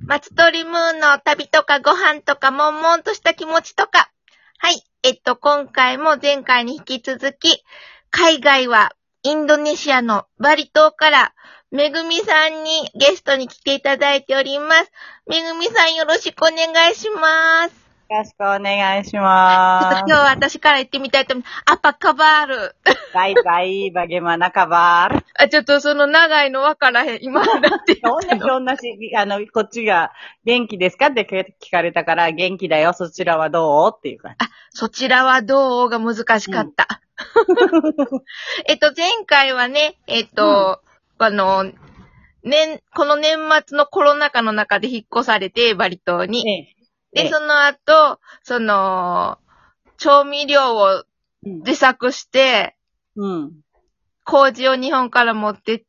松鳥ムーンの旅とかご飯とか悶々とした気持ちとか。はい。今回も前回に引き続き、海外はインドネシアのバリ島からめぐみさんにゲストに来ていただいております。めぐみさんよろしくお願いします。 よろしくお願いします。 ちょっと今日は私から言ってみたいと思います。アパカバール。 バイバイ、バゲマナカバール。 ちょっとその長いの分からへん。今だって言ったの。 同じ、こっちが元気ですかって聞かれたから、元気だよ、そちらはどうっていう感じ。 そちらはどうが難しかった。前回はね、この年末のコロナ禍の中で引っ越されて、バリ島に。で、その後、調味料を自作して、麹を日本から持ってって、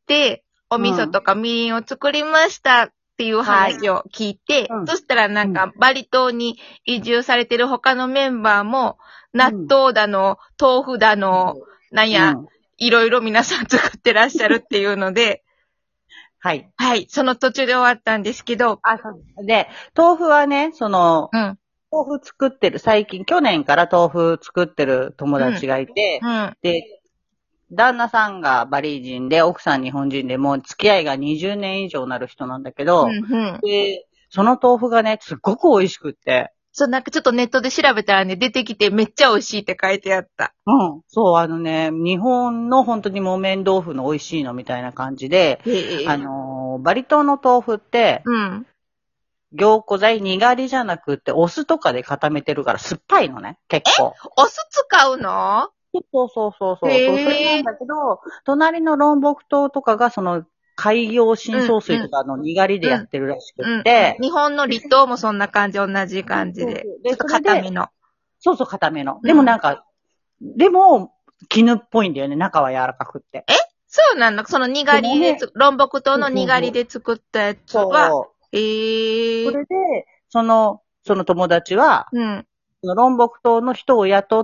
お味噌とかみりんを作りましたっていう話を聞いて、そしたらなんか、バリ島に移住されてる他のメンバーも、納豆だの、豆腐だの、いろいろ皆さん作ってらっしゃるっていうので、はい。はい。その途中で終わったんですけど。 そうで、豆腐はね、豆腐作ってる、去年から豆腐作ってる友達がいて、で、旦那さんがバリ人で、奥さん日本人で、もう付き合いが20年以上なる人なんだけど、で、その豆腐がね、すっごく美味しくって。 そう、なんかちょっとネットで調べたらね、出てきてめっちゃ美味しいって書いてあった。 そう、日本の本当に木綿豆腐の美味しいのみたいな感じで、バリ島の豆腐って、凝固剤、にがりじゃなくって、お酢とかで固めてるから酸っぱいのね、結構。 お酢使うの？ そう。それなんだけど、隣のロンボク島とかが海洋深層水とかのにがりでやってるらしくって。 日本の離島もそんな感じ、同じ感じで。ちょっと固めの。 そう、固めの。でもでも、絹っぽいんだよね、中は柔らかくって。 そうなの？そのにがりで、ロンボク島のにがりで作ったやつは。 それで、その友達は、ロンボク島の人を雇って、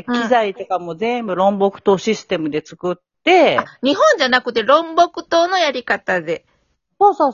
機材とかも全部ロンボク島システムで作って、 日本じゃなくてロンボク島のやり方で。 そう。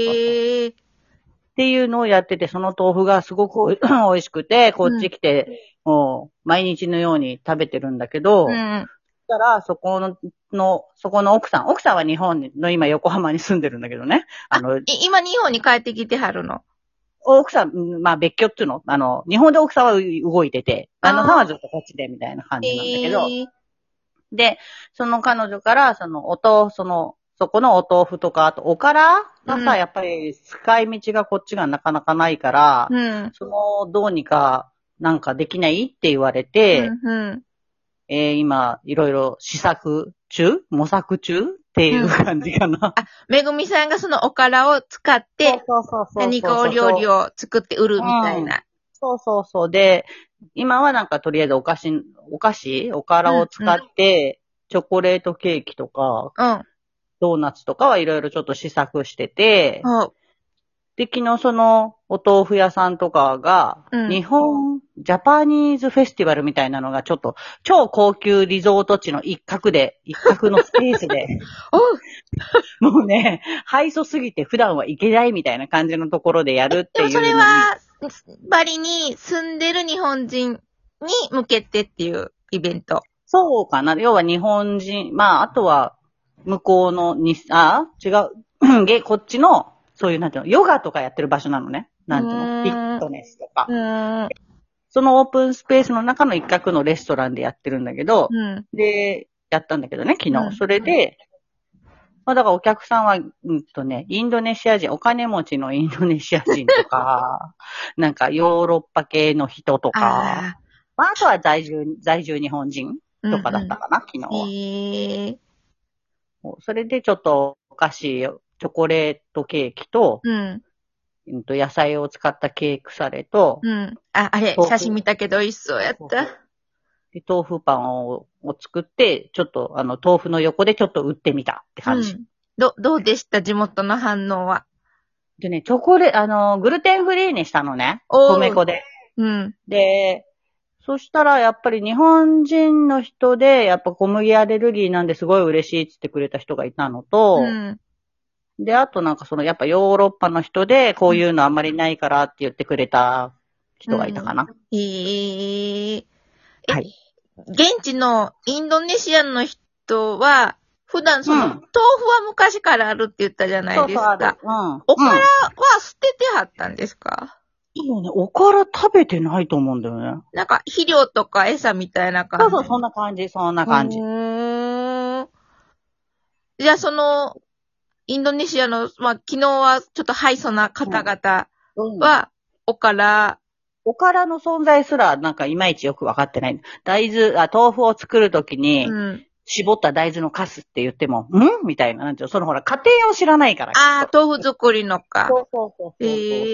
っていうのをやってて、その豆腐がすごく美味しくて、こっち来て、もう毎日のように食べてるんだけど、そしたら、そこの奥さんは日本の今横浜に住んでるんだけどね。 今日本に帰ってきてはるの？ 奥さん、別居っていうの日本で奥さんは動いてて、さんはずっとこっちでみたいな感じなんだけど、で、その彼女から、そこのお豆腐とか、あとおからがさ、やっぱり使い道がこっちがなかなかないから、どうにかなんかできないって言われて、今、いろいろ模索中っていう感じかな。 めぐみさんがそのおからを使って、何かお料理を作って売るみたいな。 そう。で、今はなんかとりあえずおからを使って、チョコレートケーキとか、ドーナツとかはいろいろちょっと試作してて、で、昨日お豆腐屋さんとかが、ジャパニーズフェスティバルみたいなのがちょっと、超高級リゾート地の一角のスペースで、もうね、ハイソすぎて普段は行けないみたいな感じのところでやるっていう。 でもそれは、バリに住んでる日本人に向けてっていうイベント。 そうかな。要は日本人、あとは、向こうの違う。こっちの、そういう、なんていうの、ヨガとかやってる場所なのね。なんていうの、フィットネスとか。そのオープンスペースの中の一角のレストランでやってるんだけど、で、やったんだけどね、昨日。それで、だからお客さんは、インドネシア人、お金持ちのインドネシア人とか、なんかヨーロッパ系の人とか、あとは在住日本人とかだったかな、昨日は。それでちょっとお菓子、チョコレートケーキと、野菜を使ったケークサレと、 あれ、写真見たけど美味しそうやった。 で豆腐パンを作って、ちょっと豆腐の横でちょっと売ってみたって感じ。 どうでした地元の反応は？ でね、グルテンフリーにしたのね。米粉で。で、そしたらやっぱり日本人の人で、やっぱ小麦アレルギーなんですごい嬉しいって言ってくれた人がいたのと、 で、あとなんかやっぱヨーロッパの人で、こういうのあんまりないからって言ってくれた人がいたかな。はい。 現地のインドネシアの人は、普段豆腐は昔からあるって言ったじゃないですか。そうそうある。おからは捨ててはったんですか？ そうね、おから食べてないと思うんだよね。 なんか肥料とか餌みたいな感じ。 そう、そんな感じ。 じゃあインドネシアの、昨日はちょっとハイソな方々は、おからの存在すらなんかいまいちよくわかってない。豆腐を作るときに、絞った大豆のカスって言っても、みたいな。なんていうの、ほら、家庭を知らないから。 豆腐作りのか。 そう。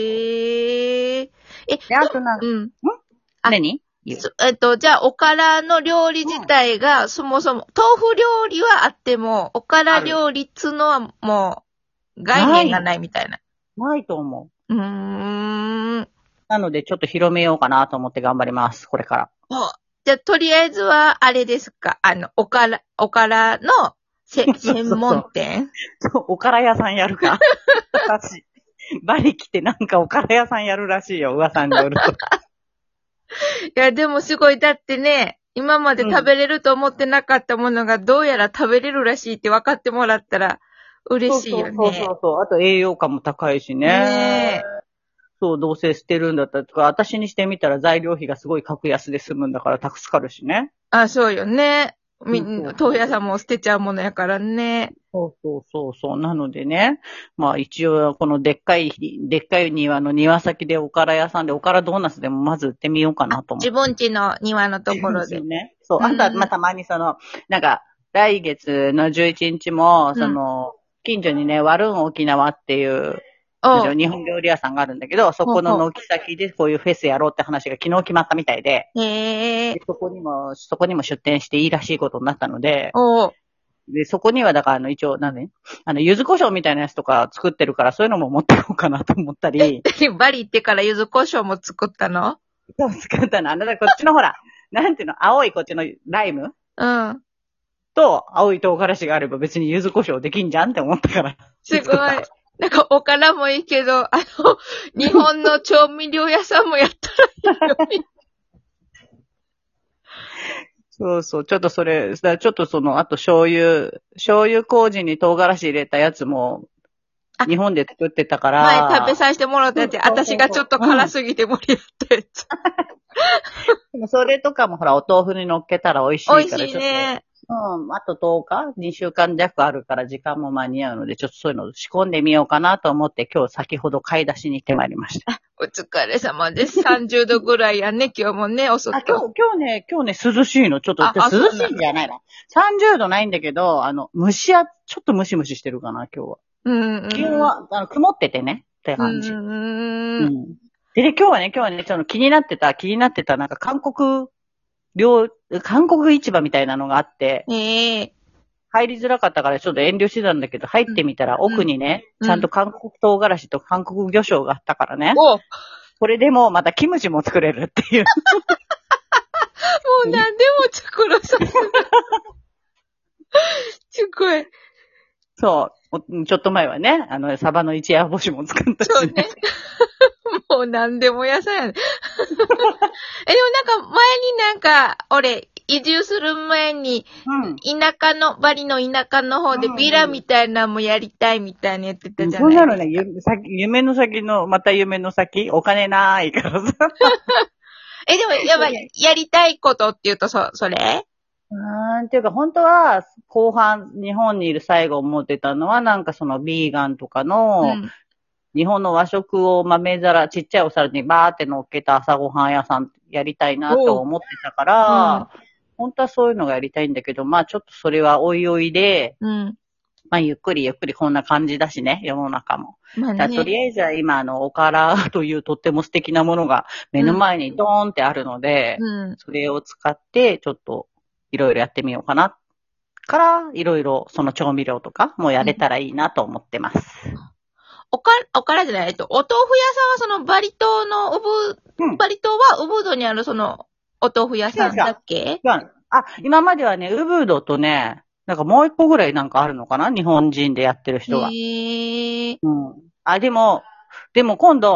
あと何？ じゃあ、おからの料理自体が、そもそも、豆腐料理はあっても、おから料理っつうのはもう、概念がないみたいな。 ないと思う。なので、ちょっと広めようかなと思って頑張ります、これから。 じゃあ、とりあえずは、あれですか、おからの、専門店そう、おから屋さんやるか。私、バリ来てなんかおから屋さんやるらしいよ、噂によると。 いや、でもすごい、だってね、今まで食べれると思ってなかったものがどうやら食べれるらしいって分かってもらったら嬉しいよね。 そう。あと栄養価も高いしね。ねえ。そう、どうせ捨てるんだったらとか、私にしてみたら材料費がすごい格安で済むんだから助かるしね。 そうよね。豆腐屋さんも捨てちゃうものやからね。 そう。なのでね。一応、このでっかい庭の庭先でおから屋さんでおからドーナツでもまず売ってみようかなと思って。 自分家の庭のところで。 ね。そう。あとは、たまになんか、来月の11日も、近所にね、ワルン沖縄っていう、日本料理屋さんがあるんだけど、そこの軒先でこういうフェスやろうって話が昨日決まったみたいで、そこにも出店していいらしいことになったので、で、そこにはだから一応、柚子胡椒みたいなやつとか作ってるから、そういうのも持ってこうかなと思ったり。 バリ行ってから柚子胡椒も作ったの？ そう、作ったの。こっちのほら、なんていうの、青いこっちのライムと青い唐辛子があれば別に柚子胡椒できんじゃんって思ったから。 すごい。なんかおからもいいけど、日本の調味料屋さんもやったらいいのに。 そう。ちょっとあと醤油麹に唐辛子入れたやつも、日本で作ってたから。 前食べさせてもらったやつ、私がちょっと辛すぎて無理やったやつ。 それとかもほら、お豆腐に乗っけたら美味しいから。 美味しいね。 あと10日 ?2 週間弱あるから時間も間に合うので、ちょっとそういうの仕込んでみようかなと思って、今日先ほど買い出しに行ってまいりました。 お疲れ様です。30度ぐらいやね、今日もね、遅く。 今日ね、涼しいの。ちょっと、涼しいんじゃないの ?30 度ないんだけど、ちょっとムシムシしてるかな、今日は。気温は、曇っててね、って感じ。で、今日はね、ちょっと気になってた、なんか韓国市場みたいなのがあって、入りづらかったからちょっと遠慮してたんだけど、入ってみたら奥にね、ちゃんと韓国唐辛子と韓国魚醤があったからね。これでもまたキムチも作れるっていう。もう何でも作ろう、さすが。すごい。 そう。ちょっと前はね、サバの一夜干しも作ったし、ね。そうね。 もう何でも屋さんやね。でも俺、移住する前に、バリの田舎の方でビラみたいなのもやりたいみたいに言ってたじゃないですか。 そうなのね。夢の先の、また夢の先、お金ないからさ。 でも、やばい、やりたいことって言うと、それっていうか、本当は、後半、日本にいる最後思ってたのは、なんかビーガンとかの、日本の和食をちっちゃいお皿にバーって乗っけた朝ごはん屋さんやりたいなと思ってたから、本当はそういうのがやりたいんだけど、ちょっとそれはおいおいで、ゆっくりこんな感じだしね、世の中も。とりあえずは今、おからというとっても素敵なものが目の前にドーンってあるので、それを使って、ちょっと、いろいろやってみようかな。いろいろその調味料とかもやれたらいいなと思ってます。 おからじゃない、お豆腐屋さんはバリ島のバリ島はウブードにあるお豆腐屋さんだっけ？ 今まではね、ウブードとね、 なんかもう一個ぐらいなんかあるのかな日本人でやってる人は。でも今度、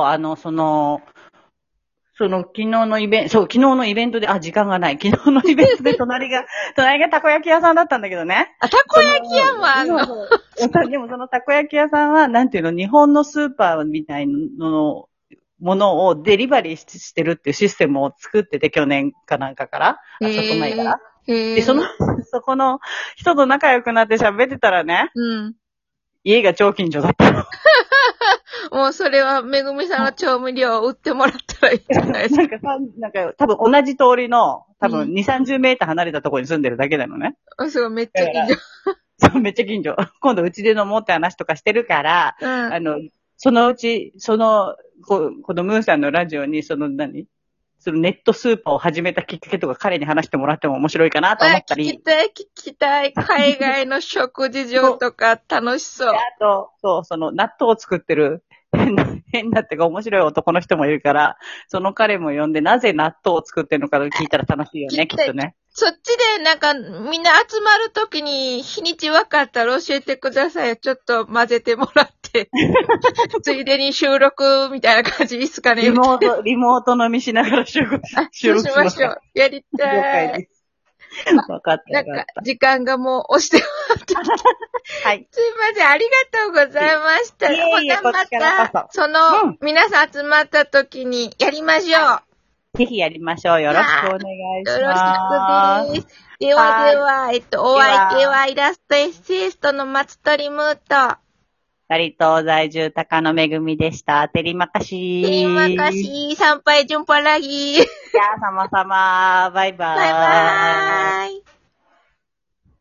昨日のイベントで、時間がない。昨日のイベントで隣がたこ焼き屋さんだったんだけどね。 たこ焼き屋もあんの？ でもそのたこ焼き屋さんは、なんていうの、日本のスーパーみたいのものをデリバリーしてるっていうシステムを作ってて、去年かなんかから、ちょっと前から。で、そこの人と仲良くなって喋ってたらね、家が超近所だったの。 もうそれは、めぐみさんの調味料を売ってもらったらいいじゃないですか。 なんか多分同じ通りの、多分2、30メーター離れたところに住んでるだけなのね。 すごい、めっちゃ近所。 そう、めっちゃ近所。今度うちで飲もうって話とかしてるから、そのうち、このムーさんのラジオに、そのネットスーパーを始めたきっかけとか彼に話してもらっても面白いかなと思ったり。 聞きたい。海外の食事情とか楽しそう。 あと、納豆を作ってる変なってか面白い男の人もいるから、その彼も呼んでなぜ納豆を作ってるのか聞いたら楽しいよね、きっとね。 そっちでなんかみんな集まるときに日にち分かったら教えてください。ちょっと混ぜてもらって。ついでに収録みたいな感じいいっすかね。 リモート飲みしながら収録しましょう。やりたい。 了解です。分かった。 なんか、時間がもう押してもらって。はい。すいません、ありがとうございました。また、皆さん集まった時にやりましょう。 ぜひやりましょう。よろしくお願いします。 よろしくです。では、お相手はイラストエッセイストの松鳥ムーと、 バリ島在住高野めぐみでした。テリマカシー。 テリマカシー、参拝ジュンパラギー。 じゃあ、様々。バイバーイ。 バイバーイ。